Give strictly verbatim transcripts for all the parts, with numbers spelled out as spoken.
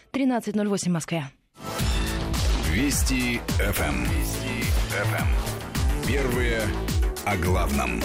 тринадцать ноль восемь в Москве. Вести эф эм. Вести эф эм. Первые о главном.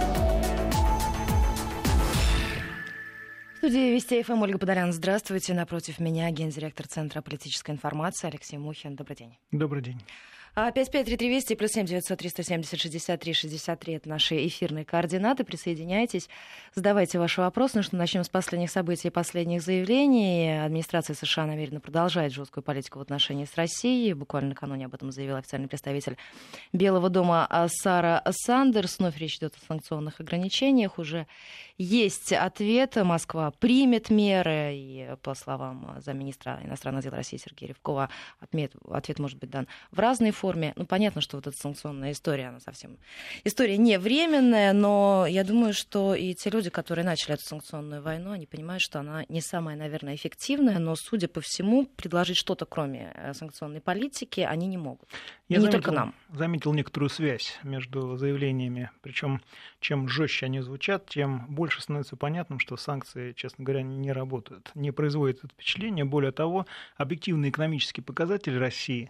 В студии Вести эф эм Ольга Подолян. Здравствуйте. Напротив меня гендиректор Центра политической информации Алексей Мухин. Добрый день. Добрый день. пять пять три три Вести плюс семь девятьсот триста семьдесят шестьдесят три шестьдесят три. Это наши эфирные координаты. Присоединяйтесь, задавайте ваши вопросы. Ну что, начнем с последних событий и последних заявлений. Администрация США намерена продолжать жесткую политику в отношении с Россией. Буквально накануне об этом заявил официальный представитель Белого дома Сара Сандерс. Вновь речь идет о санкционных ограничениях. Уже есть ответ. Москва примет меры. И по словам замминистра иностранных дел России Сергея Ревкова, ответ, ответ может быть дан в разной форме. форме. Ну, понятно, что вот эта санкционная история, она совсем... История не временная, но я думаю, что и те люди, которые начали эту санкционную войну, они понимают, что она не самая, наверное, эффективная, но, судя по всему, предложить что-то, кроме санкционной политики, они не могут. Я и не заметил, только нам. заметил некоторую связь между заявлениями. Причем, чем жестче они звучат, тем больше становится понятным, что санкции, честно говоря, не работают, не производят это впечатление. Более того, объективные экономические показатели России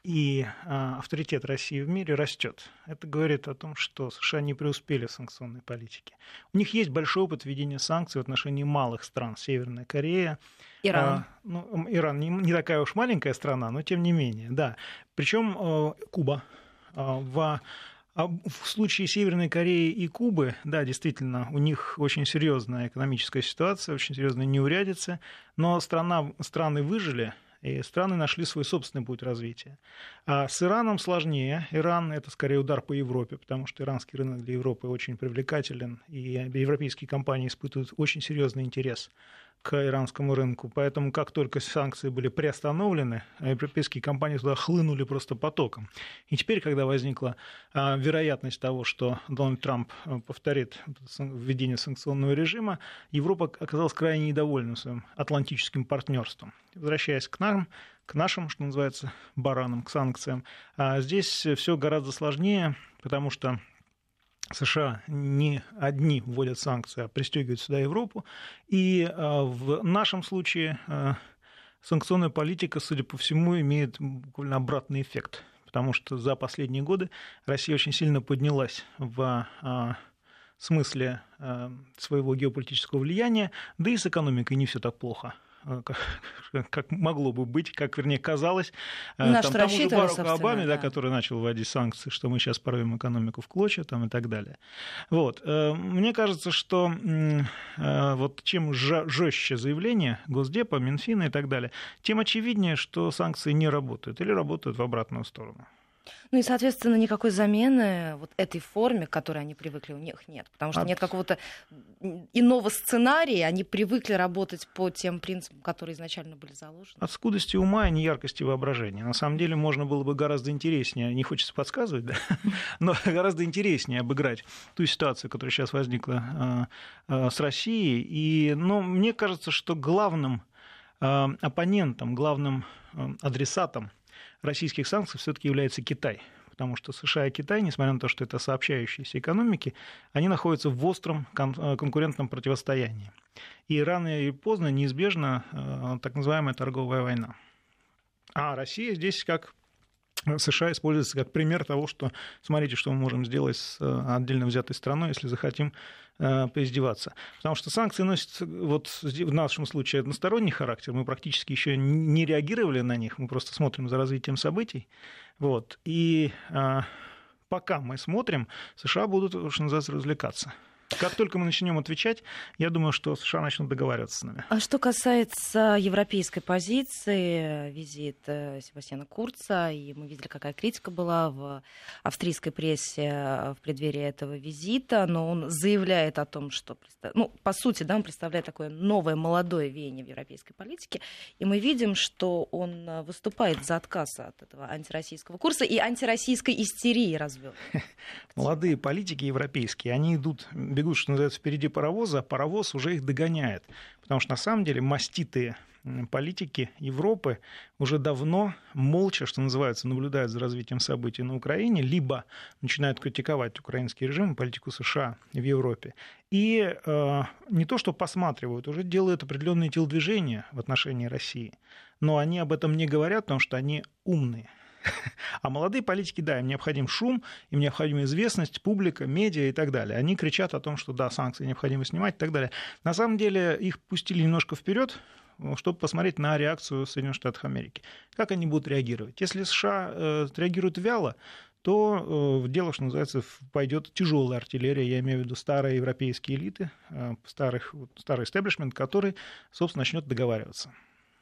и а, авторитет России в мире растет. Это говорит о том, что США не преуспели в санкционной политике. У них есть большой опыт введения санкций в отношении малых стран. Северная Корея. Иран. А, ну, Иран не, не такая уж маленькая страна, но тем не менее, да. Причем а, Куба. А, в, а в случае Северной Кореи и Кубы, да, действительно, у них очень серьезная экономическая ситуация, очень серьезная неурядица, но страна, страны выжили, и страны нашли свой собственный путь развития. А с Ираном сложнее. Иран — это скорее удар по Европе, потому что иранский рынок для Европы очень привлекателен, и европейские компании испытывают очень серьезный интерес к иранскому рынку. Поэтому, как только санкции были приостановлены, европейские компании туда хлынули просто потоком. И теперь, когда возникла а, вероятность того, что Дональд Трамп повторит введение санкционного режима, Европа оказалась крайне недовольна своим атлантическим партнерством. Возвращаясь к нам, к нашим, что называется, баранам, к санкциям, а здесь все гораздо сложнее, потому что США не одни вводят санкции, а пристегивают сюда Европу. И в нашем случае санкционная политика, судя по всему, имеет буквально обратный эффект. Потому что за последние годы Россия очень сильно поднялась в смысле своего геополитического влияния, да и с экономикой не все так плохо. Как, как могло бы быть, как, вернее, казалось, там, тому же Бараку Обаме, да, да. который начал вводить санкции, что мы сейчас порвем экономику в клочья там, и так далее. Вот. Мне кажется, что вот чем жестче заявление Госдепа, Минфина и так далее, тем очевиднее, что санкции не работают или работают в обратную сторону. Ну и, соответственно, никакой замены вот этой форме, к которой они привыкли, у них нет. Потому что а... нет какого-то иного сценария, они привыкли работать по тем принципам, которые изначально были заложены. От скудости ума и неяркости воображения. На самом деле можно было бы гораздо интереснее, не хочется подсказывать, да? но гораздо интереснее обыграть ту ситуацию, которая сейчас возникла с Россией. И, ну, мне кажется, что главным оппонентом, главным адресатом российских санкций все-таки является Китай, потому что США и Китай, несмотря на то, что это сообщающиеся экономики, они находятся в остром кон- конкурентном противостоянии. И рано или поздно неизбежна э, так называемая торговая война. А Россия здесь как США используется как пример того, что смотрите, что мы можем сделать с отдельно взятой страной, если захотим э, поиздеваться. Потому что санкции носят, вот в нашем случае, односторонний характер. Мы практически еще не реагировали на них, мы просто смотрим за развитием событий. Вот. И э, пока мы смотрим, США будут, что называется, развлекаться. Как только мы начнем отвечать, я думаю, что США начнут договариваться с нами. А что касается европейской позиции, визит Себастьяна Курца, и мы видели, какая критика была в австрийской прессе в преддверии этого визита, но он заявляет о том, что, ну, по сути, да, он представляет такое новое молодое веяние в европейской политике, и мы видим, что он выступает за отказ от этого антироссийского курса и антироссийской истерии развел. Молодые политики европейские, они идут, бегут, что называется, впереди паровоза, а паровоз уже их догоняет. Потому что на самом деле маститые политики Европы уже давно молча, что называется, наблюдают за развитием событий на Украине, либо начинают критиковать украинский режим и политику США в Европе. И э, не то, что посматривают, уже делают определенные телодвижения в отношении России. Но они об этом не говорят, потому что они умные. А молодые политики, да, им необходим шум, им необходима известность, публика, медиа и так далее. Они кричат о том, что да, санкции необходимо снимать и так далее. На самом деле их пустили немножко вперед, чтобы посмотреть на реакцию Соединенных Штатов Америки. Как они будут реагировать? Если США э, реагируют вяло, то э, в дело, что называется, пойдет тяжелая артиллерия, я имею в виду старые европейские элиты, э, старых, вот, старый истеблишмент, который, собственно, начнет договариваться.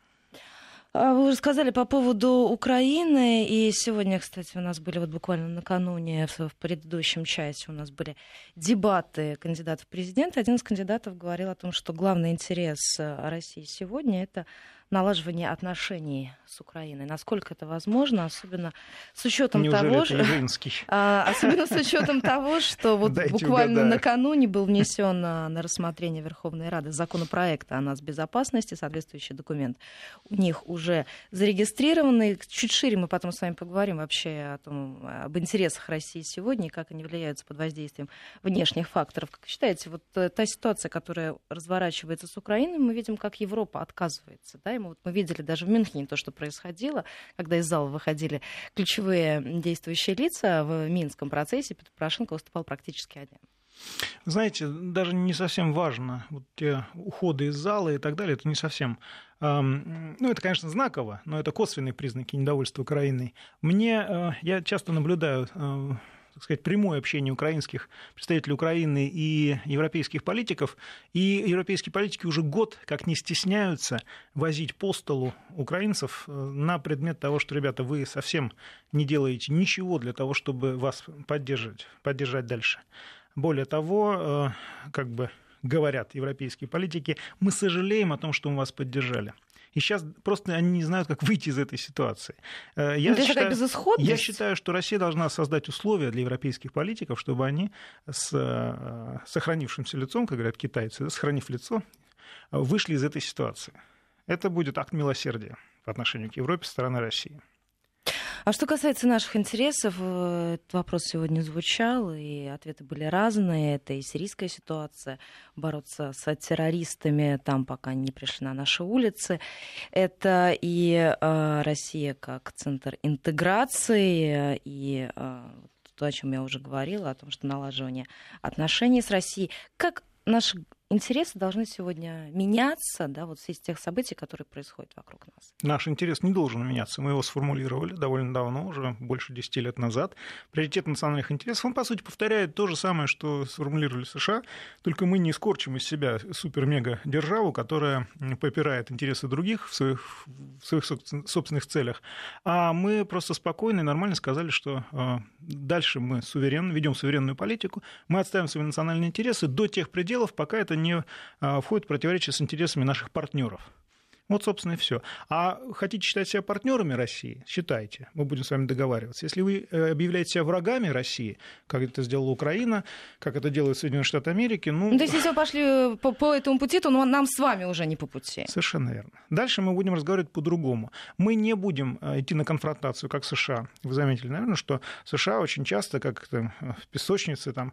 Вы уже сказали по поводу Украины, и сегодня, кстати, у нас были вот буквально накануне, в предыдущем часе у нас были дебаты кандидатов в президенты. Один из кандидатов говорил о том, что главный интерес России сегодня — это налаживание отношений с Украиной. Насколько это возможно, особенно с учетом Неужели того, это Ежинский? А, особенно с учетом того, что вот Дайте буквально угадаю. накануне был внесен на, на рассмотрение Верховной Рады законопроект о нацбезопасности, соответствующий документ у них уже зарегистрированный. Чуть шире мы потом с вами поговорим вообще о том, об интересах России сегодня и как они влияются под воздействием внешних факторов. Как вы считаете, вот та ситуация, которая разворачивается с Украиной, мы видим, как Европа отказывается, да? Мы, вот, мы видели даже в Мюнхене то, что происходило, когда из зала выходили ключевые действующие лица в Минском процессе, Петр Порошенко выступал практически один. Знаете, даже не совсем важно, вот те уходы из зала и так далее, это не совсем... Эм, ну, это, конечно, знаково, но это косвенные признаки недовольства Украиной. Мне, э, я часто наблюдаю... Э, так сказать, прямое общение украинских представителей Украины и европейских политиков. И европейские политики уже год как не стесняются возить по столу украинцев на предмет того, что, ребята, вы совсем не делаете ничего для того, чтобы вас поддерживать, поддержать дальше. Более того, как бы говорят европейские политики, мы сожалеем о том, что мы вас поддержали. И сейчас просто они не знают, как выйти из этой ситуации. Я, это считаю, безысходность. я считаю, что Россия должна создать условия для европейских политиков, чтобы они с сохранившимся лицом, как говорят китайцы, сохранив лицо, вышли из этой ситуации. Это будет акт милосердия по отношению к Европе со стороны России. А что касается наших интересов, этот вопрос сегодня звучал, и ответы были разные. Это и сирийская ситуация, бороться с террористами там, пока не пришли на наши улицы. Это и э, Россия как центр интеграции, и э, то, о чем я уже говорила, о том, что налаживание отношений с Россией. Как наши интересы должны сегодня меняться, да, вот в связи с тех событий, которые происходят вокруг нас? Наш интерес не должен меняться. Мы его сформулировали довольно давно, уже больше десяти лет назад. Приоритет национальных интересов, он, по сути, повторяет то же самое, что сформулировали США, только мы не скорчим из себя супер-мега-державу, которая попирает интересы других в своих, в своих собственных целях, а мы просто спокойно и нормально сказали, что дальше мы суверенно, ведем суверенную политику, мы отставим свои национальные интересы до тех пределов, пока это не входит в противоречие с интересами наших партнеров. Вот, собственно, и все. А хотите считать себя партнерами России? Считайте. Мы будем с вами договариваться. Если вы объявляете себя врагами России, как это сделала Украина, как это делают Соединенные Штаты Америки, ну... То есть, если вы пошли по, по этому пути, то нам с вами уже не по пути. Совершенно верно. Дальше мы будем разговаривать по-другому. Мы не будем идти на конфронтацию, как США. Вы заметили, наверное, что США очень часто, как там, в песочнице, там,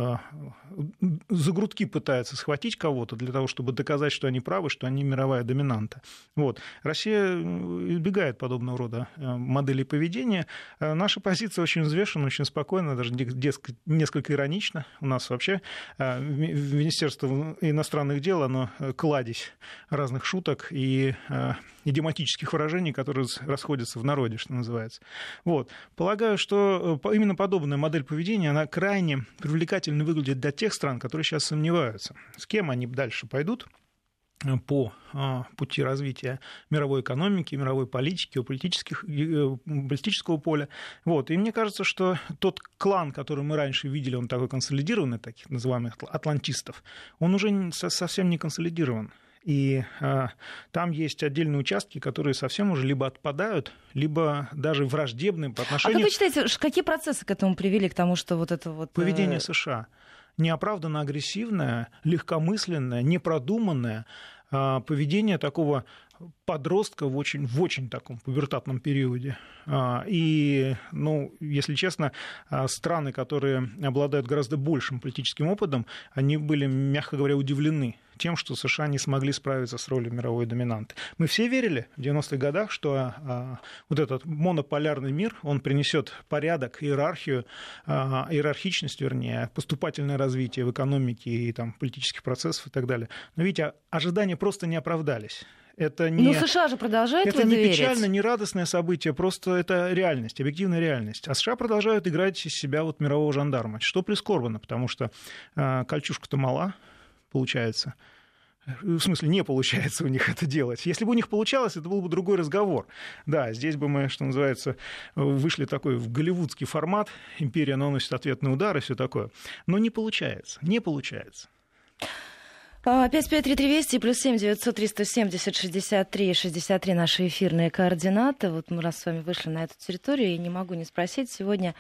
за грудки пытаются схватить кого-то для того, чтобы доказать, что они правы, что они мировая доминанта. Вот. Россия избегает подобного рода моделей поведения. Наша позиция очень взвешена, очень спокойна, даже несколько иронична. У нас вообще Министерство иностранных дел, оно кладезь разных шуток и идиоматических выражений, которые расходятся в народе, что называется. Вот. Полагаю, что именно подобная модель поведения, она крайне привлекательно выглядит для тех стран, которые сейчас сомневаются, с кем они дальше пойдут по пути развития мировой экономики, мировой политики, политического поля. Вот. И мне кажется, что тот клан, который мы раньше видели, он такой консолидированный, таких называемых атлантистов, он уже совсем не консолидирован. И а, там есть отдельные участки, которые совсем уже либо отпадают, либо даже враждебны по отношению... А как вы считаете, какие процессы к этому привели, к тому, что вот это вот... Поведение США. Неоправданно агрессивное, легкомысленное, непродуманное, поведение такого подростка в очень, в очень таком пубертатном периоде. И, ну, если честно, страны, которые обладают гораздо большим политическим опытом, они были, мягко говоря, удивлены тем, что США не смогли справиться с ролью мировой доминанты. Мы все верили в девяностых годах, что а, вот этот монополярный мир, он принесет порядок, иерархию, а, иерархичность, вернее, поступательное развитие в экономике и там, политических процессов и так далее. Но, видите, ожидания просто не оправдались. Это не, ну, США же продолжают это не верить. печально, не радостное событие, просто это реальность, объективная реальность. А США продолжают играть из себя вот мирового жандарма, что прискорбно, потому что а, кольчужка-то мала, получается. В смысле, не получается у них это делать. Если бы у них получалось, это был бы другой разговор. Да, здесь бы мы, что называется, вышли такой в голливудский формат, империя наносит ответный удар и все такое. Но не получается, не получается. пять пять три три двести плюс семь девятьсот триста семьдесят шестьдесят три шестьдесят три наши эфирные координаты. Вот мы раз с вами вышли на эту территорию, и не могу не спросить сегодня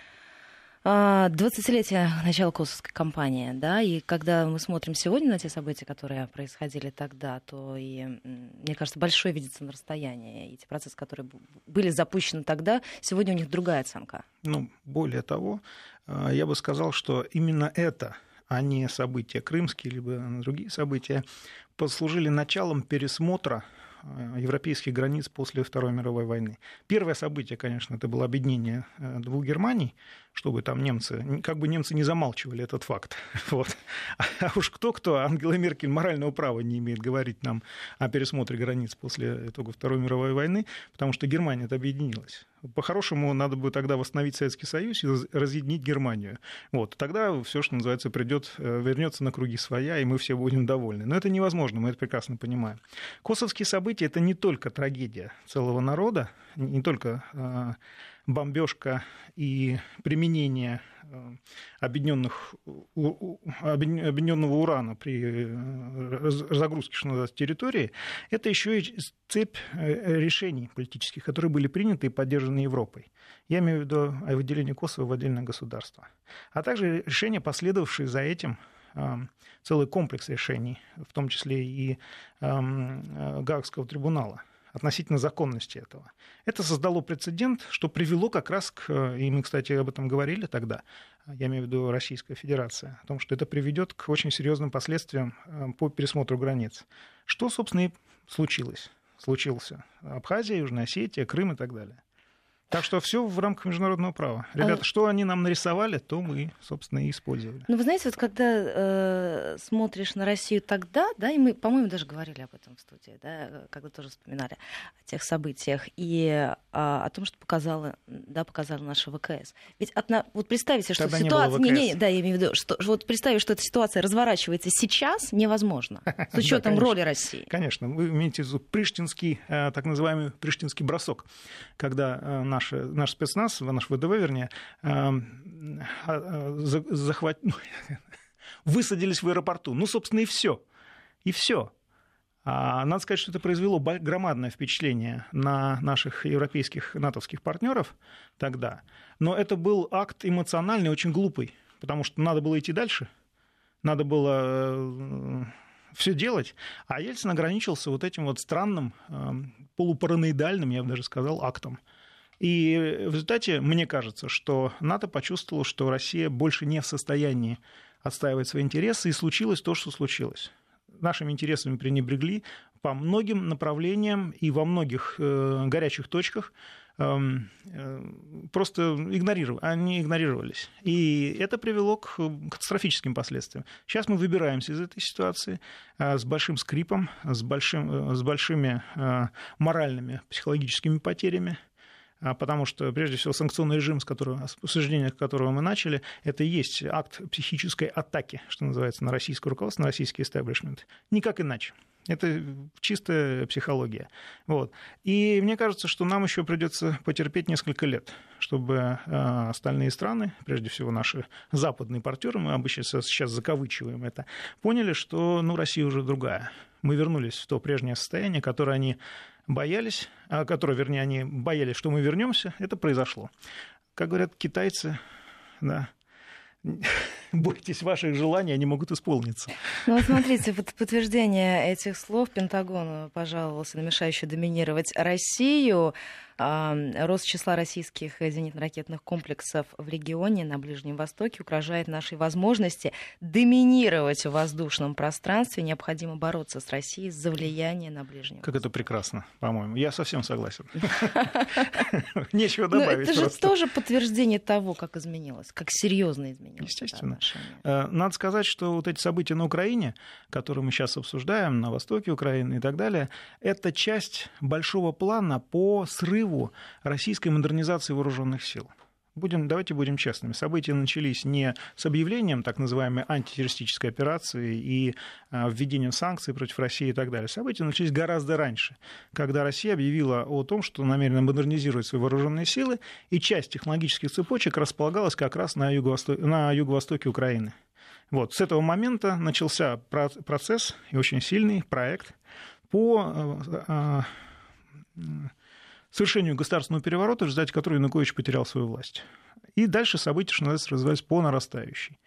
двадцатилетие начала Косовской кампании, да, и когда мы смотрим сегодня на те события, которые происходили тогда, то и, мне кажется, большое видится на расстоянии. И те процессы, которые были запущены тогда, сегодня у них другая оценка. Ну, более того, я бы сказал, что именно это, а не события крымские, либо другие события, послужили началом пересмотра европейских границ после Второй мировой войны. Первое событие, конечно, это было объединение двух Германий, чтобы там немцы, как бы немцы не замалчивали этот факт. Вот. А уж кто-кто, Ангела Меркель морального права не имеет говорить нам о пересмотре границ после итогов Второй мировой войны, потому что Германия-то объединилась. По-хорошему, надо бы тогда восстановить Советский Союз и разъединить Германию. Вот. Тогда все, что называется, придет, вернется на круги своя, и мы все будем довольны. Но это невозможно, мы это прекрасно понимаем. Косовские события — это не только трагедия целого народа, не только бомбежка и применение объединенных, объединенного урана при загрузке, что называется, территории, это еще и цепь решений политических, которые были приняты и поддержаны Европой. Я имею в виду о выделении Косово в отдельное государство. А также решения, последовавшие за этим, целый комплекс решений, в том числе и Гаагского трибунала, относительно законности этого. Это создало прецедент, что привело как раз к, и мы, кстати, об этом говорили тогда, я имею в виду Российская Федерация, о том, что это приведет к очень серьезным последствиям по пересмотру границ. Что, собственно, и случилось. Случился Абхазия, Южная Осетия, Крым и так далее. Так что все в рамках международного права. Ребята, а... что они нам нарисовали, то мы, собственно, и использовали. Ну, вы знаете, вот когда э, смотришь на Россию тогда, да, и мы, по-моему, даже говорили об этом в студии, да, когда тоже вспоминали о тех событиях, и а, о том, что показала, да, показала наша ВКС. Ведь от, вот представьте, что тогда ситуация... Не, не, не, да, я имею в виду, что вот представить, что эта ситуация разворачивается сейчас, невозможно, с учетом роли России. Конечно, вы имеете в виду приштинский, так называемый приштинский бросок, когда наш, наш спецназ, наш ВДВ, вернее, захват... высадились в аэропорту. Ну, собственно, и все. И все. Надо сказать, что это произвело громадное впечатление на наших европейских натовских партнеров тогда. Но это был акт эмоциональный, очень глупый, потому что надо было идти дальше, надо было все делать, а Ельцин ограничился вот этим вот странным, полупараноидальным, я бы даже сказал, актом. И в результате, мне кажется, что НАТО почувствовало, что Россия больше не в состоянии отстаивать свои интересы, и случилось то, что случилось. Нашими интересами пренебрегли по многим направлениям и во многих э, горячих точках э, э, просто игнорировали, они игнорировались. И это привело к катастрофическим последствиям. Сейчас мы выбираемся из этой ситуации э, с большим скрипом, с, большим, э, с большими э, моральными, психологическими потерями. Потому что, прежде всего, санкционный режим, с которого, с обсуждения которого мы начали, это и есть акт психической атаки, что называется, на российское руководство, на российский истеблишмент. Никак иначе. Это чистая психология. Вот. И мне кажется, что нам еще придется потерпеть несколько лет, чтобы остальные страны, прежде всего наши западные партнеры, мы обычно сейчас закавычиваем это, поняли, что ну, Россия уже другая. Мы вернулись в то прежнее состояние, которое они боялись, а которое, вернее, они боялись, что мы вернемся, это произошло. Как говорят китайцы, да, бойтесь, ваших желаний, они могут исполниться. Ну вот смотрите, в подтверждение этих слов Пентагон пожаловался на мешающую доминировать Россию. Рост числа российских зенитно-ракетных комплексов в регионе на Ближнем Востоке угрожает нашей возможности доминировать в воздушном пространстве. Необходимо бороться с Россией за влияние на Ближнем Востоке. Как это прекрасно, по-моему. Я совсем согласен. Нечего добавить. Это же тоже подтверждение того, как изменилось, как серьезно изменилось. Естественно. Надо сказать, что вот эти события на Украине, которые мы сейчас обсуждаем, на востоке Украины и так далее, это часть большого плана по срыву российской модернизации вооруженных сил. Будем, давайте будем честными. События начались не с объявлением так называемой антитеррористической операции и а, введением санкций против России и так далее. События начались гораздо раньше, когда Россия объявила о том, что намерена модернизировать свои вооруженные силы, и часть технологических цепочек располагалась как раз на юго-востоке, на юго-востоке Украины. Вот. С этого момента начался процесс и очень сильный проект по а, а, совершению государственного переворота, в результате которого Янукович потерял свою власть. И дальше события, что называется, развивались по нарастающей.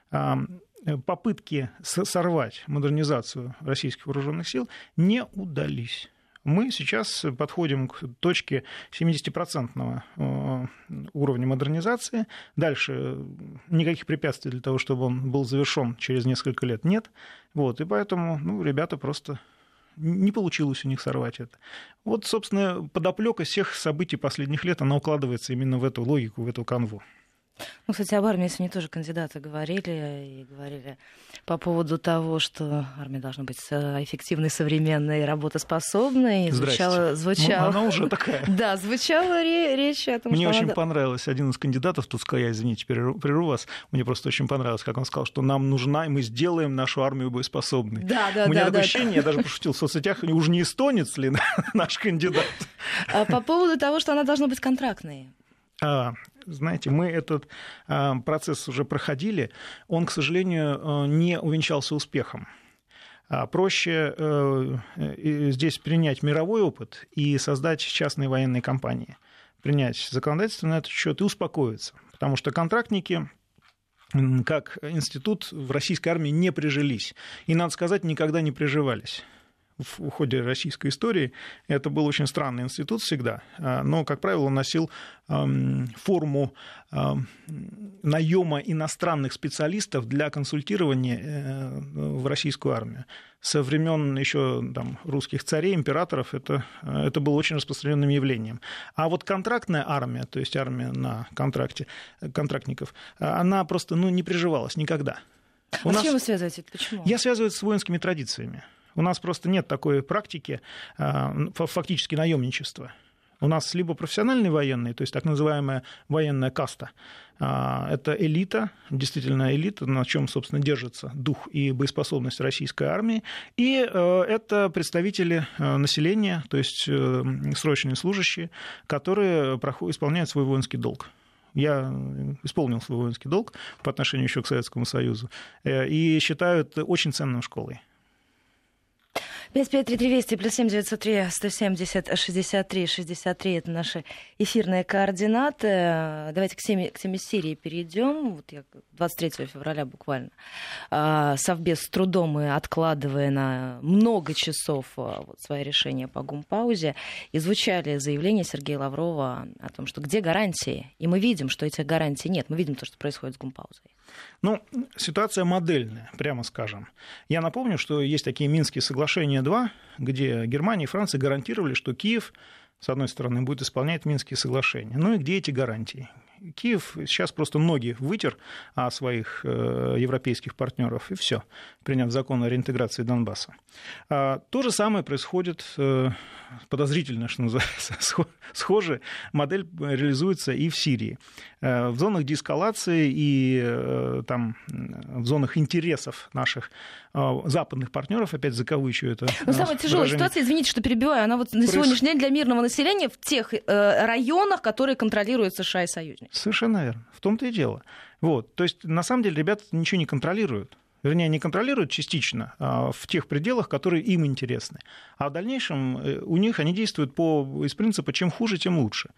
Попытки сорвать модернизацию российских вооруженных сил не удались. Мы сейчас подходим к точке семидесятипроцентного уровня модернизации. Дальше никаких препятствий для того, чтобы он был завершен через несколько лет, нет. Вот, и поэтому ну, ребята просто... Не получилось у них сорвать это. Вот, собственно, подоплека всех событий последних лет, она укладывается именно в эту логику, в эту канву. Ну, кстати, об армии сегодня тоже кандидаты говорили, и говорили по поводу того, что армия должна быть эффективной, современной, работоспособной. Звучало, звучало... Ну, она уже такая. Да, звучала речь о том, Мне что очень надо... понравилось, один из кандидатов, тут сказал, я, извините, прерву вас, мне просто очень понравилось, как он сказал, что нам нужна, и мы сделаем нашу армию боеспособной. Да, да, У меня да, такое да, ощущение, да. я даже пошутил в соцсетях, уж не эстонец ли наш кандидат? По поводу того, что она должна быть контрактной. Знаете, мы этот процесс уже проходили, он, к сожалению, не увенчался успехом. Проще здесь принять мировой опыт и создать частные военные компании, принять законодательство на этот счет и успокоиться, потому что контрактники как институт в российской армии не прижились, и, надо сказать, никогда не приживались. В ходе российской истории это был очень странный институт всегда, но, как правило, он носил форму наема иностранных специалистов для консультирования в российскую армию. Со времен еще там, русских царей, императоров это, это было очень распространенным явлением. А вот контрактная армия, то есть армия на контракте контрактников, она просто ну, не приживалась никогда. А с чем вы связываете это? Почему? Я связываю это с воинскими традициями. У нас просто нет такой практики фактически наемничества. У нас либо профессиональные военные, то есть так называемая военная каста. Это элита, действительно элита, на чем, собственно, держится дух и боеспособность российской армии. И это представители населения, то есть срочные служащие, которые исполняют свой воинский долг. Я исполнил свой воинский долг по отношению еще к Советскому Союзу и считаю это очень ценной школой. пять пять три три двести плюс семь девятьсот три сто семьдесят шестьдесят три шестьдесят три это наши эфирные координаты. Давайте к теме, к теме Сирии перейдем. Вот я двадцать третьего февраля буквально Совбез с трудом и откладывая на много часов вот, свои решения по гумпаузе, и звучали заявления Сергея Лаврова о том, что где гарантии. И мы видим, что этих гарантий нет. Мы видим то, что происходит с гумпаузой. Ну, ситуация модельная, прямо скажем. Я напомню, что есть такие Минские соглашения два, где Германия и Франция гарантировали, что Киев, с одной стороны, будет исполнять Минские соглашения. Ну и где эти гарантии? Киев сейчас просто ноги вытер о своих европейских партнеров, и все, приняв закон о реинтеграции Донбасса. То же самое происходит, подозрительно, что называется, схоже, модель реализуется и в Сирии. В зонах деэскалации и там, в зонах интересов наших западных партнеров, опять закавычу это. Но самая тяжелая ситуация, извините, что перебиваю, она вот на сегодняшний день для мирного населения в тех районах, которые контролируют США и союзники. Совершенно верно. В том-то и дело. Вот. То есть, на самом деле, ребята ничего не контролируют. Вернее, не контролируют частично в тех пределах, которые им интересны. А в дальнейшем у них они действуют по, из принципа «чем хуже, тем лучше».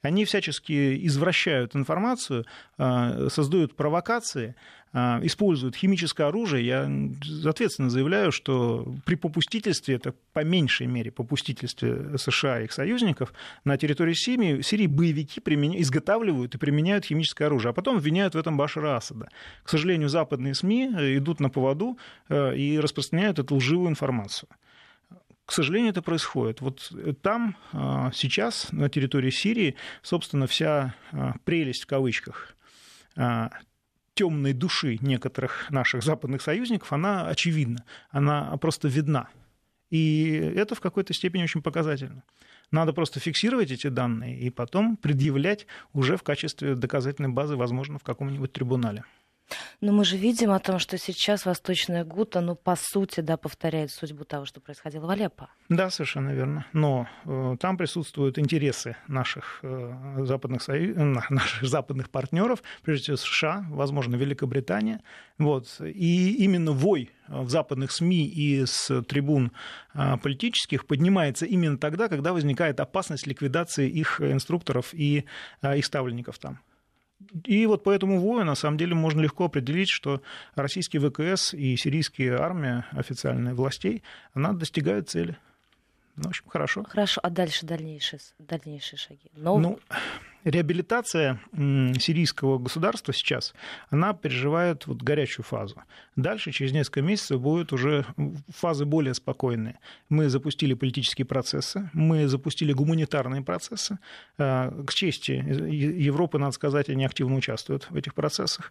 Они всячески извращают информацию, создают провокации, используют химическое оружие. Я ответственно заявляю, что при попустительстве, это по меньшей мере попустительстве США и их союзников, на территории Сирии, Сирии боевики применя... изготавливают и применяют химическое оружие, а потом обвиняют в этом Башара Асада. К сожалению, западные СМИ идут на поводу и распространяют эту лживую информацию. К сожалению, это происходит. Вот там сейчас, на территории Сирии, собственно, вся прелесть в кавычках темной души некоторых наших западных союзников, она очевидна, она просто видна. И это в какой-то степени очень показательно. Надо просто фиксировать эти данные и потом предъявлять уже в качестве доказательной базы, возможно, в каком-нибудь трибунале. Но мы же видим о том, что сейчас Восточная Гута, ну, по сути, да, повторяет судьбу того, что происходило в Алеппо. Да, совершенно верно. Но э, там присутствуют интересы наших, э, западных, сою... наших западных партнеров, прежде всего США, возможно, Великобритания. Вот. И именно вой в западных СМИ и с трибун э, политических поднимается именно тогда, когда возникает опасность ликвидации их инструкторов и э, их ставленников там. И вот по этому вою, на самом деле, можно легко определить, что российский ВКС и сирийская армия официальных властей, она достигает цели. Ну, в общем, хорошо. Хорошо, а дальше дальнейшие, дальнейшие шаги? Но... Ну, реабилитация сирийского государства сейчас, она переживает вот горячую фазу. Дальше, через несколько месяцев, будут уже фазы более спокойные. Мы запустили политические процессы, мы запустили гуманитарные процессы. К чести Европы, надо сказать, они активно участвуют в этих процессах.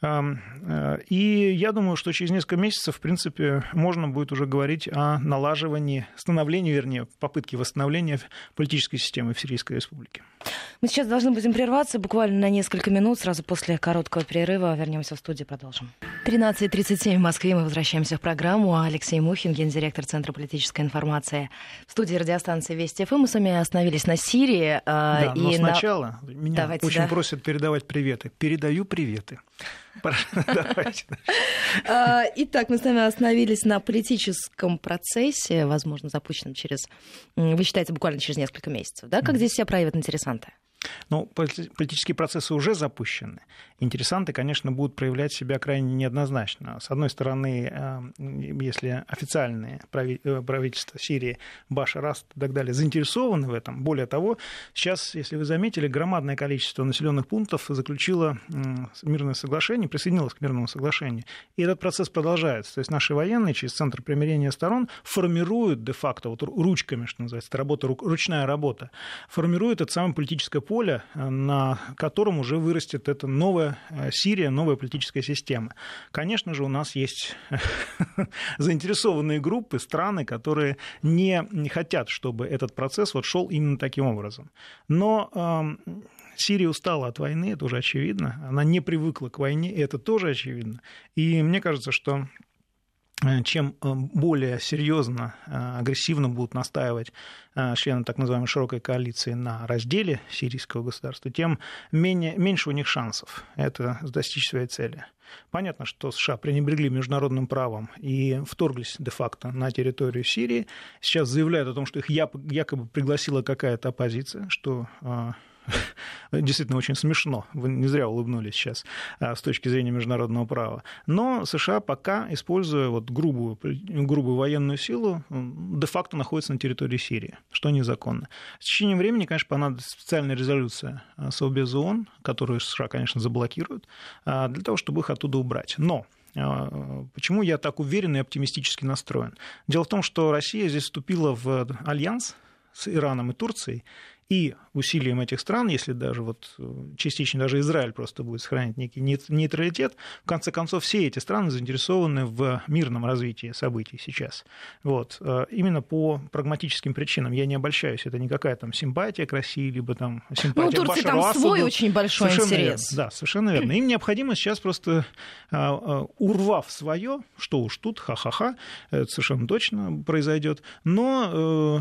И я думаю, что через несколько месяцев, в принципе, можно будет уже говорить о налаживании, становлении, вернее, попытке восстановления политической системы в Сирийской республике. Мы сейчас должны будем прерваться буквально на несколько минут. Сразу после короткого перерыва вернемся в студию и продолжим. тринадцать тридцать семь в Москве. Мы возвращаемся в программу. Алексей Мухин, гендиректор Центра политической информации. В студии радиостанции Вести ФМ. Мы с вами остановились на Сирии. Да, и но на... сначала меня Давайте, очень да. просят передавать приветы. Передаю приветы. Давайте. Итак, мы с вами остановились на политическом процессе, возможно, запущенном через, вы считаете, буквально через несколько месяцев. Да? Как здесь себя проявят интересанты? Ну, политические процессы уже запущены. Интересанты, конечно, будут проявлять себя крайне неоднозначно. С одной стороны, если официальные правительства Сирии, Башар Асад и так далее заинтересованы в этом, более того, сейчас, если вы заметили, громадное количество населенных пунктов заключило мирное соглашение, присоединилось к мирному соглашению. И этот процесс продолжается. То есть наши военные через Центр примирения сторон формируют де-факто, вот ручками, что называется, это работа, ручная работа, формируют это самое политическое поле, на котором уже вырастет эта новая Сирия, новая политическая система. Конечно же, у нас есть заинтересованные группы, страны, которые не, не хотят, чтобы этот процесс вот шел именно таким образом. Но э, Сирия устала от войны, это уже очевидно. Она не привыкла к войне, это тоже очевидно. И мне кажется, что чем более серьезно, агрессивно будут настаивать члены так называемой широкой коалиции на разделе сирийского государства, тем менее, меньше у них шансов это достичь своей цели. Понятно, что США пренебрегли международным правом и вторглись де-факто на территорию Сирии. Сейчас заявляют о том, что их якобы пригласила какая-то оппозиция, что... Действительно очень смешно, вы не зря улыбнулись сейчас с точки зрения международного права. Но США пока, используя вот грубую, грубую военную силу, де-факто находятся на территории Сирии, что незаконно. С течением времени, конечно, понадобится специальная резолюция Совбеза ООН, которую США, конечно, заблокируют, для того, чтобы их оттуда убрать. Но почему я так уверен и оптимистически настроен? Дело в том, что Россия здесь вступила в альянс с Ираном и Турцией, и усилием этих стран, если даже вот частично даже Израиль просто будет сохранять некий нейтралитет, в конце концов все эти страны заинтересованы в мирном развитии событий сейчас. Вот. Именно по прагматическим причинам. Я не обольщаюсь, это не какая там симпатия к России, либо там симпатия к Башару Асаду. Ну, у Турции там свой очень большой совершенно интерес. Верно. Да, совершенно верно. Им необходимо сейчас просто, урвав свое, что уж тут, ха-ха-ха, это совершенно точно произойдет, но...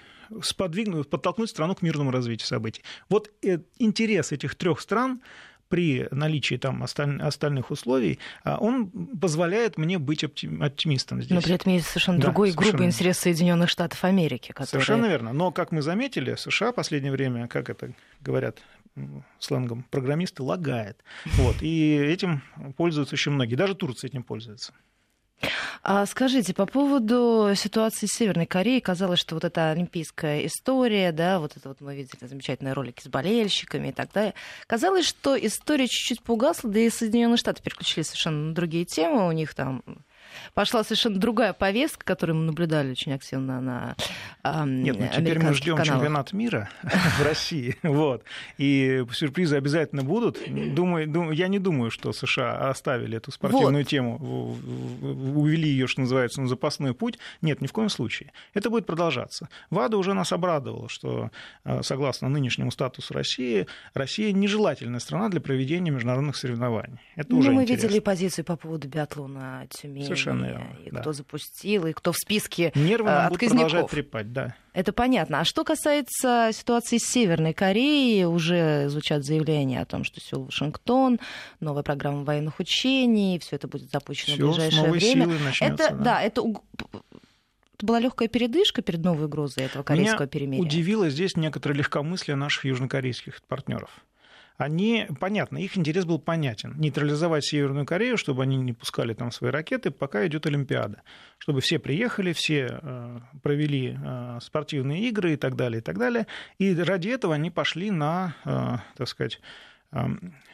сподвигнуть, подтолкнуть страну к мирному развитию событий. Вот интерес этих трех стран при наличии там остальных условий, он позволяет мне быть оптимистом здесь. Но при этом есть совершенно да, другой совершенно... группы интерес Соединенных Штатов Америки. Которые... Совершенно верно. Но, как мы заметили, США в последнее время, как это говорят сленгом, программисты лагает. Вот. И этим пользуются очень многие. Даже Турция этим пользуется. А скажите, по поводу ситуации с Северной Кореей, казалось, что вот эта олимпийская история, да, вот это вот мы видели замечательные ролики с болельщиками и так далее, казалось, что история чуть-чуть погасла, да и Соединенные Штаты переключились совершенно на другие темы, у них там пошла совершенно другая повестка, которую мы наблюдали очень активно на э, Нет, ну теперь мы ждем каналах. Чемпионат мира в России, вот, и сюрпризы обязательно будут. Думаю, думаю, я не думаю, что США оставили эту спортивную вот. тему, увели ее, что называется, на запасной путь. Нет, ни в коем случае. Это будет продолжаться. ВАДА уже нас обрадовала, что, согласно нынешнему статусу России, Россия нежелательная страна для проведения международных соревнований. Это ну, уже мы интересно. видели позицию по поводу биатлона Тюмени. Совершенно верно, и да. кто запустил, и кто в списке Нервы э, нам будут отказников. продолжать трепать, да. Это понятно. А что касается ситуации с Северной Кореей, уже звучат заявления о том, что Сеул, Вашингтон, новая программа военных учений, все это будет запущено Всё в ближайшее время. Силы начнётся, это, да. да, это, это была легкая передышка перед новой угрозой этого корейского Меня перемирия. Удивило здесь некоторое легкомыслие наших южнокорейских партнеров. Они, понятно, их интерес был понятен. Нейтрализовать Северную Корею, чтобы они не пускали там свои ракеты, пока идет Олимпиада. Чтобы все приехали, все э, провели э, спортивные игры и так далее, и так далее. И ради этого они пошли на, э, так сказать, э,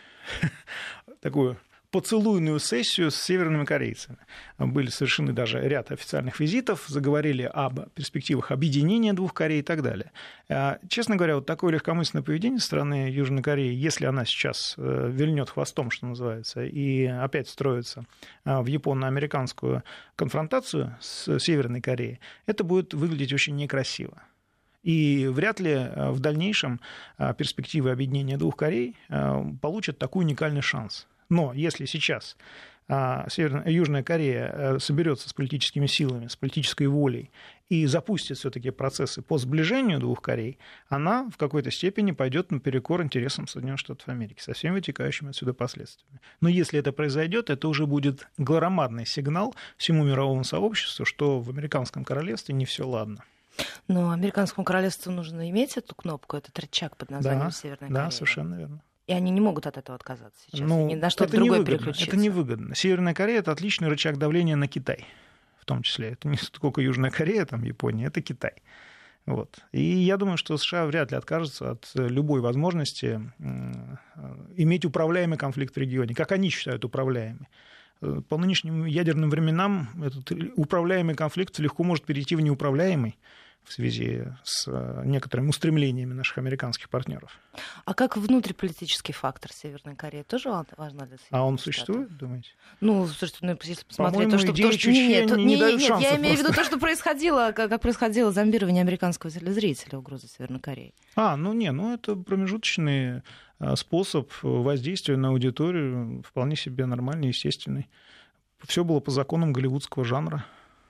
такую поцелуйную сессию с северными корейцами. Были совершены даже ряд официальных визитов, заговорили об перспективах объединения двух Корей и так далее. Честно говоря, вот такое легкомысленное поведение со стороны Южной Кореи, если она сейчас вильнет хвостом, что называется, и опять встроится в японо-американскую конфронтацию с Северной Кореей, это будет выглядеть очень некрасиво. И вряд ли в дальнейшем перспективы объединения двух Корей получат такой уникальный шанс. Но если сейчас Северная, Южная Корея соберется с политическими силами, с политической волей и запустит все-таки процессы по сближению двух Корей, она в какой-то степени пойдет наперекор интересам Соединенных Штатов Америки со всеми вытекающими отсюда последствиями. Но если это произойдет, это уже будет громадный сигнал всему мировому сообществу, что в американском королевстве не все ладно. Но американскому королевству нужно иметь эту кнопку, этот рычаг под названием да, Северная да, Корея. Да, совершенно верно. И они не могут от этого отказаться сейчас, ну, ни на что-то другое переключиться. Это невыгодно. Северная Корея – это отличный рычаг давления на Китай, в том числе. Это не только Южная Корея, там, Япония, это Китай. Вот. И я думаю, что США вряд ли откажутся от любой возможности иметь управляемый конфликт в регионе, как они считают управляемый. По нынешним ядерным временам этот управляемый конфликт легко может перейти в неуправляемый, в связи с некоторыми устремлениями наших американских партнеров. А как внутриполитический фактор Северной Кореи тоже важна для Соединенных А он Штатов? существует, думаете? Ну, слушайте, ну, если посмотреть По-моему, то, что... идеи То, что... Чучхе Нет, не, не, не дают нет, шансов я имею в виду просто. то, что происходило, как, как происходило зомбирование американского телезрителя, угрозы Северной Кореи. А, ну не, ну это промежуточный способ воздействия на аудиторию, вполне себе нормальный, естественный. Все было по законам голливудского жанра.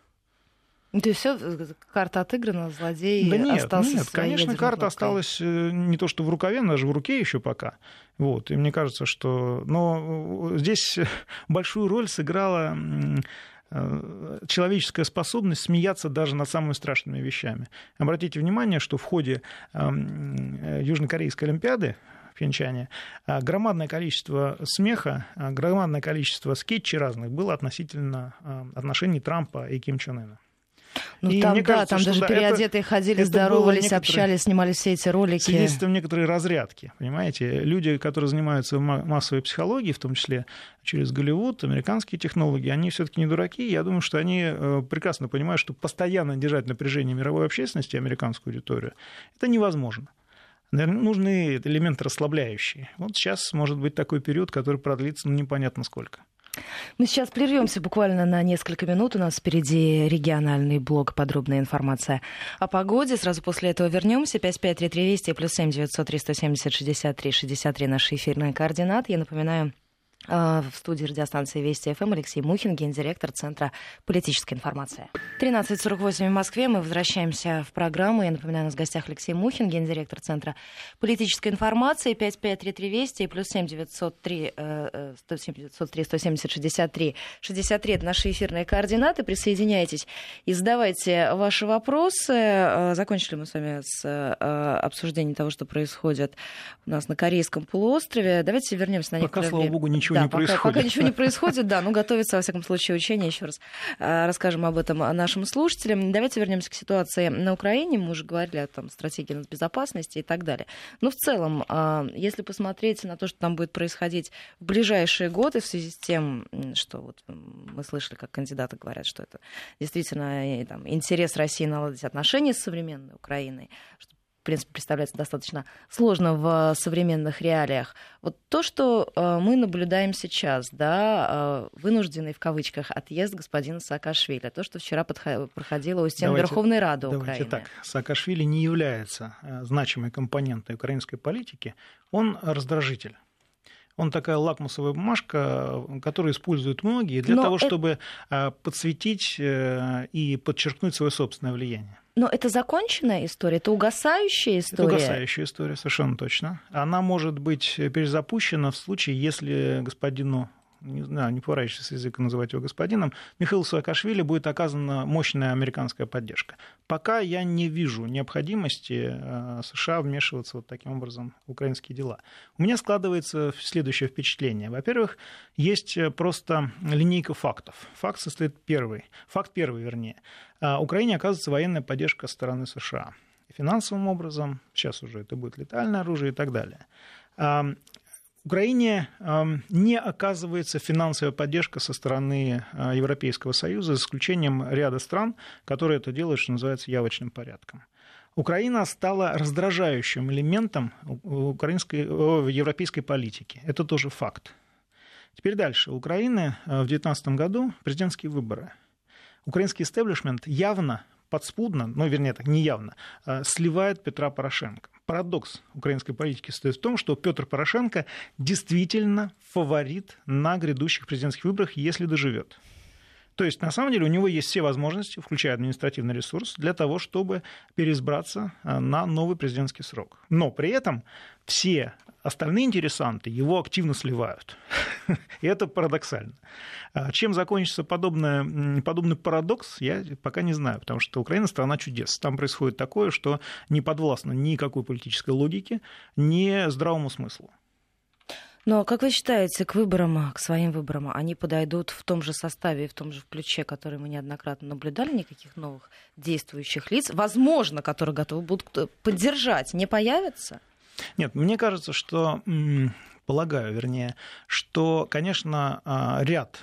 То есть все, карта отыграна, злодей да нет, остался нет, конечно, карта кнопкой. осталась не то что в рукаве, но даже в руке еще пока. Вот, и мне кажется, что... Но здесь большую роль сыграла человеческая способность смеяться даже над самыми страшными вещами. Обратите внимание, что в ходе Южнокорейской Олимпиады в Пхенчхане громадное количество смеха, громадное количество скетчей разных было относительно отношений Трампа и Ким Чен Ына. Ну, и там, мне да, кажется, там даже да, переодетые это, ходили, это здоровались, некоторые... общались, снимали все эти ролики. Свидетельством некоторой разрядки, понимаете? Люди, которые занимаются массовой психологией, в том числе через Голливуд, американские технологи, они все-таки не дураки. Я думаю, что они прекрасно понимают, что постоянно держать напряжение мировой общественности, американскую аудиторию, это невозможно. Наверное, нужны элементы расслабляющие. Вот сейчас может быть такой период, который продлится ну, непонятно сколько. Мы сейчас прервемся буквально на несколько минут. У нас впереди региональный блок, подробная информация о погоде. Сразу после этого вернемся. пять пять три три двести плюс семь девятьсот триста семьдесят шестьдесят три шестьдесят три наши эфирные координаты. Я напоминаю, В студии радиостанции Вести ФМ Алексей Мухин, гендиректор Центра политической информации. тринадцать сорок восемь в Москве. Мы возвращаемся в программу. Я напоминаю, у нас в гостях Алексей Мухин, гендиректор Центра политической информации. пять пять три три Вести и плюс семь девятьсот три сто семьдесят шестьдесят три шестьдесят три. Это наши эфирные координаты. Присоединяйтесь и задавайте ваши вопросы. Закончили мы с вами с обсуждением того, что происходит у нас на Корейском полуострове. Давайте вернемся на некоторое Пока, слава время. богу, ничего да, не пока, происходит. Пока ничего не происходит, да, ну готовится, во всяком случае, учение. Еще раз расскажем об этом нашим слушателям. Давайте вернемся к ситуации на Украине. Мы уже говорили о там, стратегии безопасности и так далее. Но в целом, если посмотреть на то, что там будет происходить в ближайшие годы в связи с тем, что вот мы слышали, как кандидаты говорят, что это действительно там, интерес России наладить отношения с современной Украиной, что в принципе, представляется достаточно сложно в современных реалиях. Вот то, что мы наблюдаем сейчас, да, вынужденный в кавычках отъезд господина Саакашвили, то, что вчера проходило у стен давайте, Верховной Рады давайте Украины. Так, Саакашвили не является значимой компонентой украинской политики, он раздражитель. Он такая лакмусовая бумажка, которую используют многие для Но того, это... чтобы подсветить и подчеркнуть свое собственное влияние. Но это законченная история, это угасающая история? Это угасающая история, совершенно точно. Она может быть перезапущена в случае, если господину, не знаю, не поворачивайся с языка называть его господином, Михаилу Саакашвили будет оказана мощная американская поддержка. Пока я не вижу необходимости США вмешиваться вот таким образом в украинские дела. У меня складывается следующее впечатление. Во-первых, есть просто линейка фактов. Факт состоит первый. Факт первый, вернее. Украине оказывается военная поддержка со стороны США. Финансовым образом, сейчас уже это будет летальное оружие и так далее. Украине не оказывается финансовая поддержка со стороны Европейского Союза, за исключением ряда стран, которые это делают, что называется, явочным порядком. Украина стала раздражающим элементом украинской, европейской политики. Это тоже факт. Теперь дальше. У Украины в две тысячи девятнадцатом году президентские выборы. Украинский истеблишмент явно, подспудно, ну, вернее, так, не явно, сливает Петра Порошенко. Парадокс украинской политики состоит в том, что Петр Порошенко действительно фаворит на грядущих президентских выборах, если доживет. То есть, на самом деле, у него есть все возможности, включая административный ресурс, для того, чтобы переизбраться на новый президентский срок. Но при этом все остальные интересанты его активно сливают. И это парадоксально. Чем закончится подобное, подобный парадокс, я пока не знаю, потому что Украина – страна чудес. Там происходит такое, что не подвластно никакой политической логике, ни здравому смыслу. Но как вы считаете, к выборам, к своим выборам, они подойдут в том же составе и в том же ключе, который мы неоднократно наблюдали, никаких новых действующих лиц, возможно, которые готовы будут поддержать, не появятся? Нет, мне кажется, что, полагаю, вернее, что, конечно, ряд,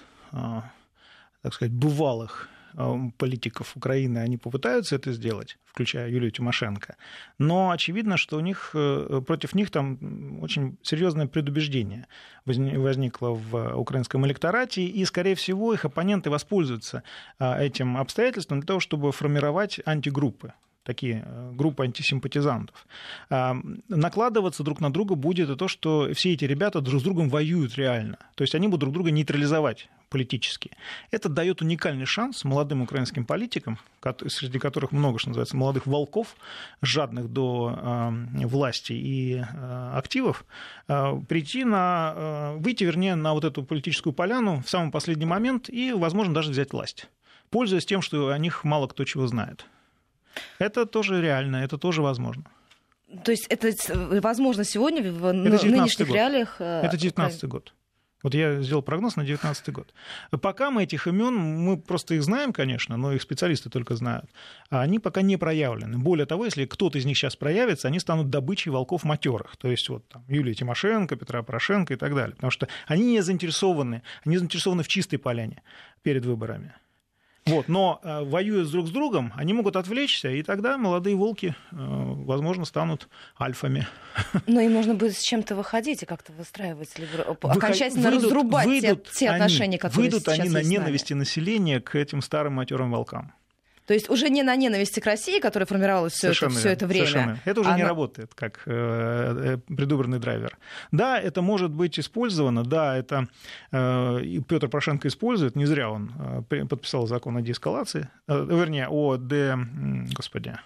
так сказать, бывалых политиков Украины, они попытаются это сделать, включая Юлию Тимошенко, но очевидно, что у них, против них там очень серьезное предубеждение возникло в украинском электорате, и, скорее всего, их оппоненты воспользуются этим обстоятельством для того, чтобы формировать антигруппы. Такие группы антисимпатизантов. Накладываться друг на друга будет и то, что все эти ребята друг с другом воюют реально. То есть они будут друг друга нейтрализовать политически. Это дает уникальный шанс молодым украинским политикам, среди которых много, что называется, молодых волков, жадных до власти и активов, прийти на, выйти, вернее, на вот эту политическую поляну в самый последний момент и, возможно, даже взять власть, пользуясь тем, что о них мало кто чего знает. Это тоже реально, это тоже возможно. То есть это возможно сегодня в нынешних год. реалиях? Это девятнадцатый год. Вот я сделал прогноз на девятнадцатый год. Пока мы этих имен, мы просто их знаем, конечно, но их специалисты только знают, а они пока не проявлены. Более того, если кто-то из них сейчас проявится, они станут добычей волков матерых. То есть вот там Юлия Тимошенко, Петра Порошенко и так далее. Потому что они не заинтересованы, они заинтересованы в чистой поляне перед выборами. Вот, но э, воюя друг с другом, они могут отвлечься, и тогда молодые волки, э, возможно, станут альфами. Но им нужно будет с чем-то выходить и как-то выстраивать, либо окончательно выйдут, разрубать выйдут те, те они, отношения, которые выйдут сейчас они на есть ненависти населения к этим старым матерым волкам. То есть уже не на ненависти к России, которая формировалась все это, все это время. Совершенно. Это уже Она... не работает как э, предвыборный драйвер. Да, это может быть использовано, да, это э, Петр Порошенко использует, не зря он э, подписал закон о деэскалации, э, вернее, о де... Господи...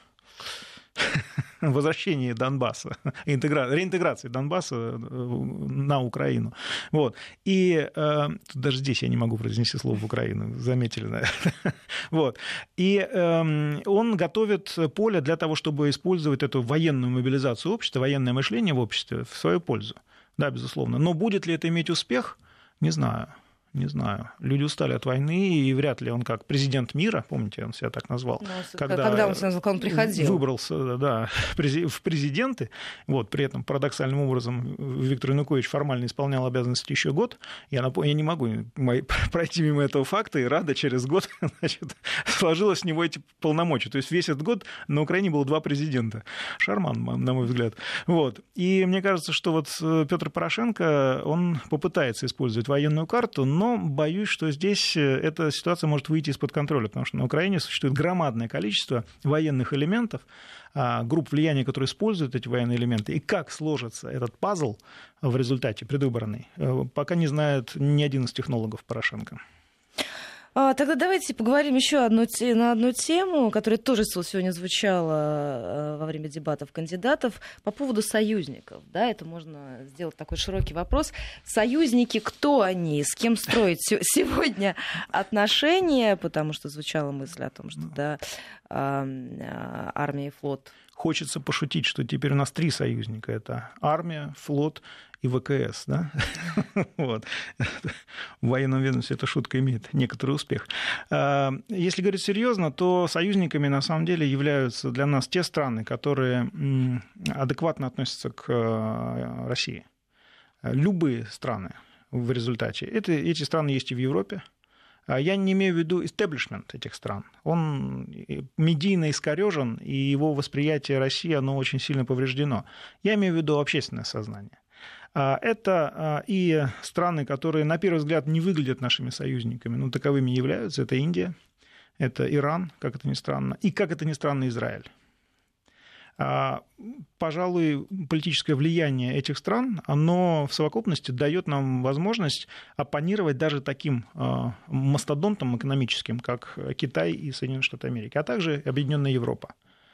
возвращении Донбасса, интегра... реинтеграции Донбасса на Украину. Вот. И э, даже здесь я не могу произнести слово «Украину», заметили, наверное. Вот. И э, он готовит поле для того, чтобы использовать эту военную мобилизацию общества, военное мышление в обществе в свою пользу. Да, безусловно. Но будет ли это иметь успех, не знаю. Не знаю. Люди устали от войны, и вряд ли он как президент мира, помните, он себя так назвал, ну, когда, когда он, когда он приходил. Выбрался, да, в президенты, вот, при этом парадоксальным образом Виктор Янукович формально исполнял обязанности еще год. Я, напом... я не могу пройти мимо этого факта, и Рада через год, значит, сложила с него эти полномочия. То есть весь этот год на Украине было два президента. Шарман, на мой взгляд. Вот. И мне кажется, что вот Петр Порошенко, он попытается использовать военную карту, но боюсь, что здесь эта ситуация может выйти из-под контроля, потому что на Украине существует громадное количество военных элементов, групп влияния, которые используют эти военные элементы, и как сложится этот пазл в результате предвыборный, пока не знает ни один из технологов Порошенко. Тогда давайте поговорим еще одну, на одну тему, которая тоже сегодня звучала во время дебатов кандидатов, по поводу союзников. Да, это можно сделать такой широкий вопрос. Союзники, кто они, с кем строить сегодня отношения, потому что звучала мысль о том, что да, армия и флот. Хочется пошутить, что теперь у нас три союзника. Это армия, флот и ВКС. Да? Вот. В военном ведомстве эта шутка имеет некоторый успех. Если говорить серьезно, то союзниками на самом деле являются для нас те страны, которые адекватно относятся к России. Любые страны в результате. Это, эти страны есть и в Европе. Я не имею в виду истеблишмент этих стран. Он медийно искорёжен, и его восприятие России, оно очень сильно повреждено. Я имею в виду общественное сознание. Это и страны, которые, на первый взгляд, не выглядят нашими союзниками, но таковыми являются. Это Индия, это Иран, как это ни странно, и, как это ни странно, Израиль. Пожалуй, политическое влияние этих стран, оно в совокупности дает нам возможность оппонировать даже таким мастодонтам экономическим, как Китай и Соединенные Штаты Америки, а также Объединенная Европа.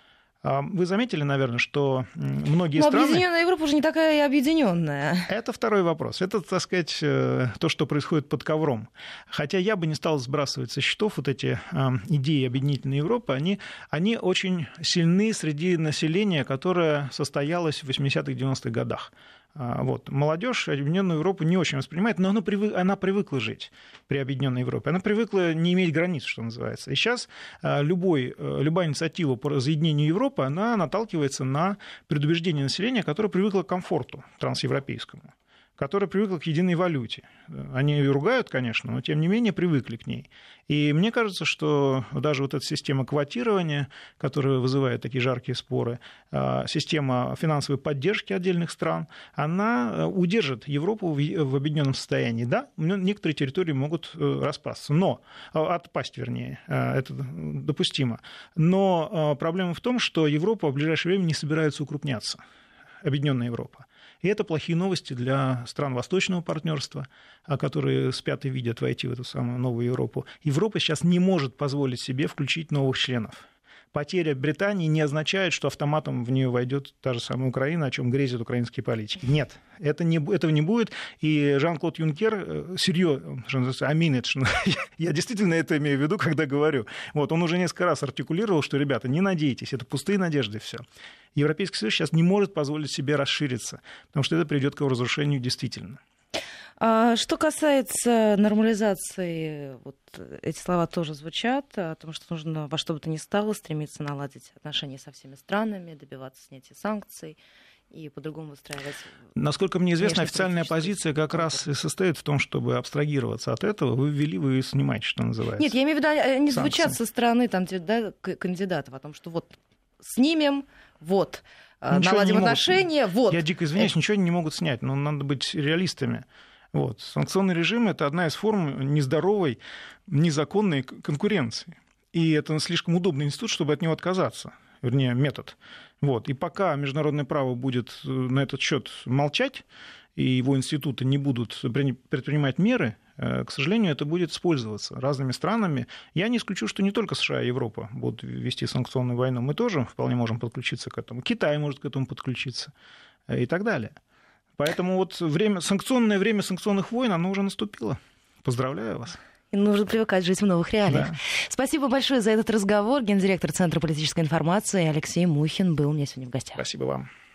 Вы заметили, наверное, что многие Но страны... Объединенная Европа уже не такая и объединенная. Это второй вопрос. Это, так сказать, то, что происходит под ковром. Хотя я бы не стал сбрасывать со счетов вот эти идеи объединительной Европы. Они, они очень сильны среди населения, которое состоялось в восьмидесятых-девяностых годах. Вот. Молодежь Объединенную Европу не очень воспринимает, но она, привык, она привыкла жить при Объединенной Европе. Она привыкла не иметь границ, что называется. И сейчас любой, любая инициатива по разъединению Европы, она наталкивается на предубеждение населения, которое привыкло к комфорту трансевропейскому, которое привыкло к единой валюте. Они ее ругают, конечно, но тем не менее привыкли к ней. И мне кажется, что даже вот эта система квотирования, которая вызывает такие жаркие споры, система финансовой поддержки отдельных стран, она удержит Европу в объединенном состоянии. Да, некоторые территории могут распасться, но, отпасть, вернее, это допустимо. Но проблема в том, что Европа в ближайшее время не собирается укрупняться, Объединенная Европа. И это плохие новости для стран Восточного партнерства, которые спят и видят войти в эту самую новую Европу. Европа сейчас не может позволить себе включить новых членов. Потеря Британии не означает, что автоматом в нее войдет та же самая Украина, о чем грезят украинские политики. Нет, это не, этого не будет. И Жан-Клод Юнкер серьезно, амин, я действительно это имею в виду, когда говорю. Вот, он уже несколько раз артикулировал, что, ребята, не надейтесь, это пустые надежды, все. Европейский Союз сейчас не может позволить себе расшириться, потому что это приведет к его разрушению действительно. Что касается нормализации, вот эти слова тоже звучат, о том, что нужно во что бы то ни стало стремиться наладить отношения со всеми странами, добиваться снятия санкций и по-другому выстраивать... Насколько мне известно, официальная позиция как раз и состоит в том, чтобы абстрагироваться от этого. Вы ввели, вы снимаете, что называется. Нет, я имею в виду, они звучат со стороны там, да, кандидатов о том, что вот снимем, вот... Ничего наладим отношения, могут... вот. Я дико извиняюсь, это... ничего не могут снять, но надо быть реалистами. Вот. Санкционный режим – это одна из форм нездоровой, незаконной конкуренции. и это слишком удобный институт, чтобы от него отказаться, вернее, метод. Вот. И пока международное право будет на этот счет молчать, и его институты не будут предпринимать меры, к сожалению, это будет использоваться разными странами. Я не исключу, что не только США и Европа будут вести санкционную войну. Мы тоже вполне можем подключиться к этому. Китай может к этому подключиться и так далее. Поэтому вот время, санкционное время санкционных войн, оно уже наступило. Поздравляю вас. И нужно привыкать жить в новых реалиях. Да. Спасибо большое за этот разговор. Гендиректор Центра политической информации Алексей Мухин был у меня сегодня в гостях. Спасибо вам.